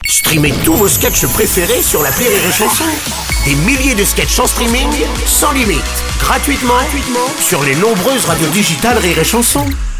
Streamez tous vos sketchs préférés sur l'appli Rire et Chanson. Des milliers de sketchs en streaming, sans limite, gratuitement sur les nombreuses radios digitales Rire et Chanson.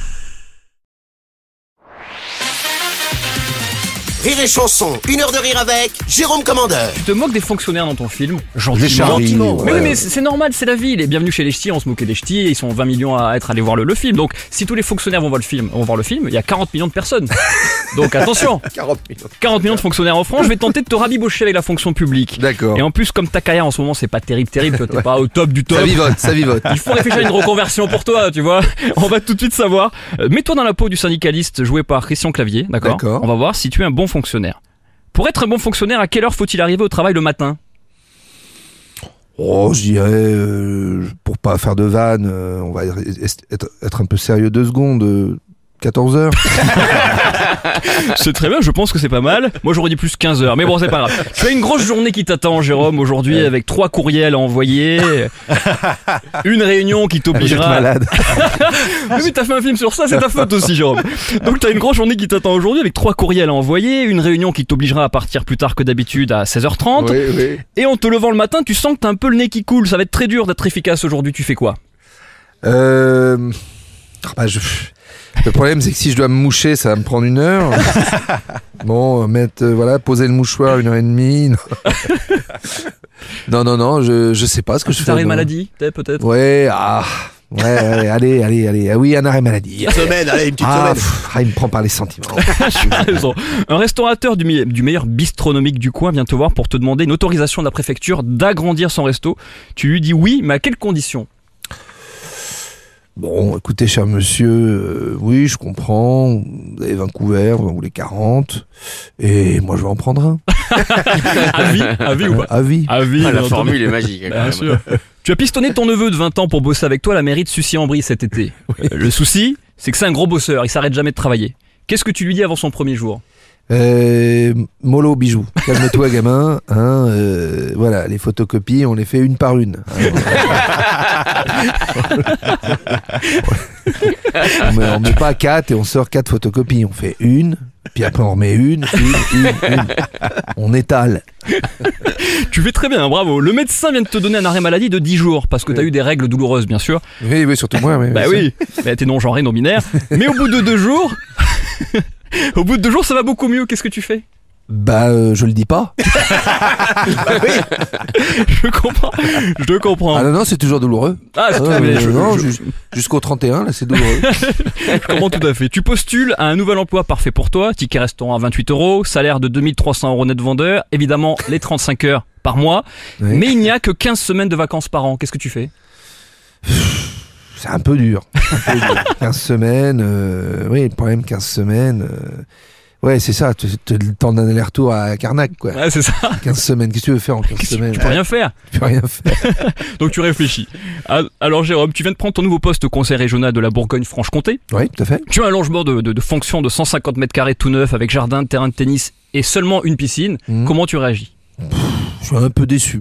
Rire et Chanson, 1 heure de rire avec Jérôme Commandeur. Tu te moques des fonctionnaires dans ton film, Gentiment. Mais oui, mais c'est normal, c'est la vie. Les Bienvenus chez les Ch'tis, on se moquait des Ch'tis, ils sont 20 millions à être allés voir le film. Donc, si tous les fonctionnaires vont voir le film, il y a 40 millions de personnes. Donc attention, 40 millions de fonctionnaires en France, je vais tenter de te rabibocher avec la fonction publique. D'accord. Et en plus, comme ta carrière en ce moment, c'est pas terrible, toi, t'es pas au top du top. Ça vivote. Il faut réfléchir à une reconversion pour toi, tu vois. On va tout de suite savoir. Mets-toi dans la peau du syndicaliste joué par Christian Clavier, d'accord. On va voir si tu es un bon fonctionnaire. Pour être un bon fonctionnaire, à quelle heure faut-il arriver au travail le matin ? Oh, je dirais, pour pas faire de vannes, on va être un peu sérieux 2 secondes. 14h. C'est très bien, je pense que c'est pas mal. Moi j'aurais dit plus 15h, mais bon c'est pas grave. Tu as une grosse journée qui t'attend, Jérôme, aujourd'hui, avec 3 courriels à envoyer, une réunion qui t'obligera... malade. Oui, t'as fait un film sur ça, c'est ta faute aussi, Jérôme. Donc t'as une grosse journée qui t'attend aujourd'hui avec 3 courriels à envoyer, une réunion qui t'obligera à partir plus tard que d'habitude à 16h30. Oui. Et en te levant le matin, tu sens que t'as un peu le nez qui coule, ça va être très dur d'être efficace aujourd'hui. Tu fais quoi ? Le problème, c'est que si je dois me moucher, ça va me prendre 1 heure. Bon, poser le mouchoir 1h30. Non, je sais pas ce que je fais. Arrêt maladie, peut-être. Ouais, allez. Ah oui, un arrêt maladie. Une petite semaine. Il me prend par les sentiments. Tu as raison. Un restaurateur du meilleur bistronomique du coin vient te voir pour te demander une autorisation de la préfecture d'agrandir son resto. Tu lui dis oui, mais à quelles conditions ? Bon, écoutez, cher monsieur, oui, je comprends. Vous avez 20 couverts, vous en voulez 40. Et moi, je vais en prendre un. À vie ou pas ? À vie. La formule est magique. Bien sûr. Tu as pistonné ton neveu de 20 ans pour bosser avec toi à la mairie de Sucy-en-Brie cet été. Le souci, c'est que c'est un gros bosseur, il s'arrête jamais de travailler. Qu'est-ce que tu lui dis avant son premier jour ? Mollo bijou, calme-toi gamin, voilà, les photocopies on les fait une par une. On met pas 4 et on sort 4 photocopies, on fait une, puis après on remet une. On étale. Tu fais très bien, bravo. Le médecin vient de te donner un arrêt maladie de 10 jours parce que t'as eu des règles douloureuses, bien sûr. Oui, surtout moi. Oui, mais t'es non-genré, non-binaire. Mais au bout de 2 jours... Au bout de 2 jours, ça va beaucoup mieux. Qu'est-ce que tu fais ? Je le dis pas. Oui. Je comprends. Ah non, c'est toujours douloureux. Jusqu'au 31, là, c'est douloureux. Je comprends tout à fait. Tu postules à un nouvel emploi parfait pour toi. Ticket restaurant à 28 €, salaire de 2300 € net vendeur. Évidemment, les 35 heures par mois. Oui. Mais il n'y a que 15 semaines de vacances par an. Qu'est-ce que tu fais ? C'est un peu dur. 15 semaines, le problème, 15 semaines. Ouais, c'est ça, tu as le temps d'un aller-retour à Carnac, quoi. Ouais, c'est ça. 15 semaines, qu'est-ce que tu veux faire en 15 semaines ? Tu peux rien faire. Donc tu réfléchis. Alors Jérôme, tu viens de prendre ton nouveau poste au conseil régional de la Bourgogne-Franche-Comté. Oui, tout à fait. Tu as un logement de fonction de 150 mètres carrés tout neuf avec jardin, terrain de tennis et seulement une piscine. Comment tu réagis ? Je suis un peu déçu.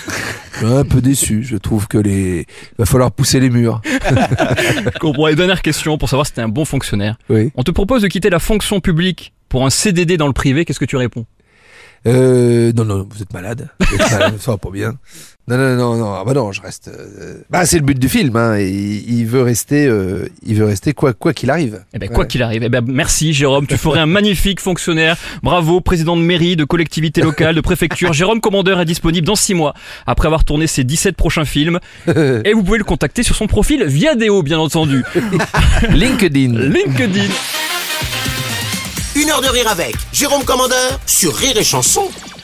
Je trouve que va falloir pousser les murs. Je comprends. Et dernière question pour savoir si t'es un bon fonctionnaire. Oui. On te propose de quitter la fonction publique pour un CDD dans le privé. Qu'est-ce que tu réponds ? Non, vous êtes malade. Ça va pas bien. Non, je reste. C'est le but du film, hein. Il veut rester quoi qu'il arrive. Quoi qu'il arrive. Merci Jérôme. Tu ferais un magnifique fonctionnaire. Bravo, président de mairie, de collectivité locale, de préfecture. Jérôme Commandeur est disponible dans 6 mois après avoir tourné ses 17 prochains films. Et vous pouvez le contacter sur son profil Viadeo, bien entendu. LinkedIn. 1 heure de rire avec Jérôme Commandeur sur Rire et Chanson.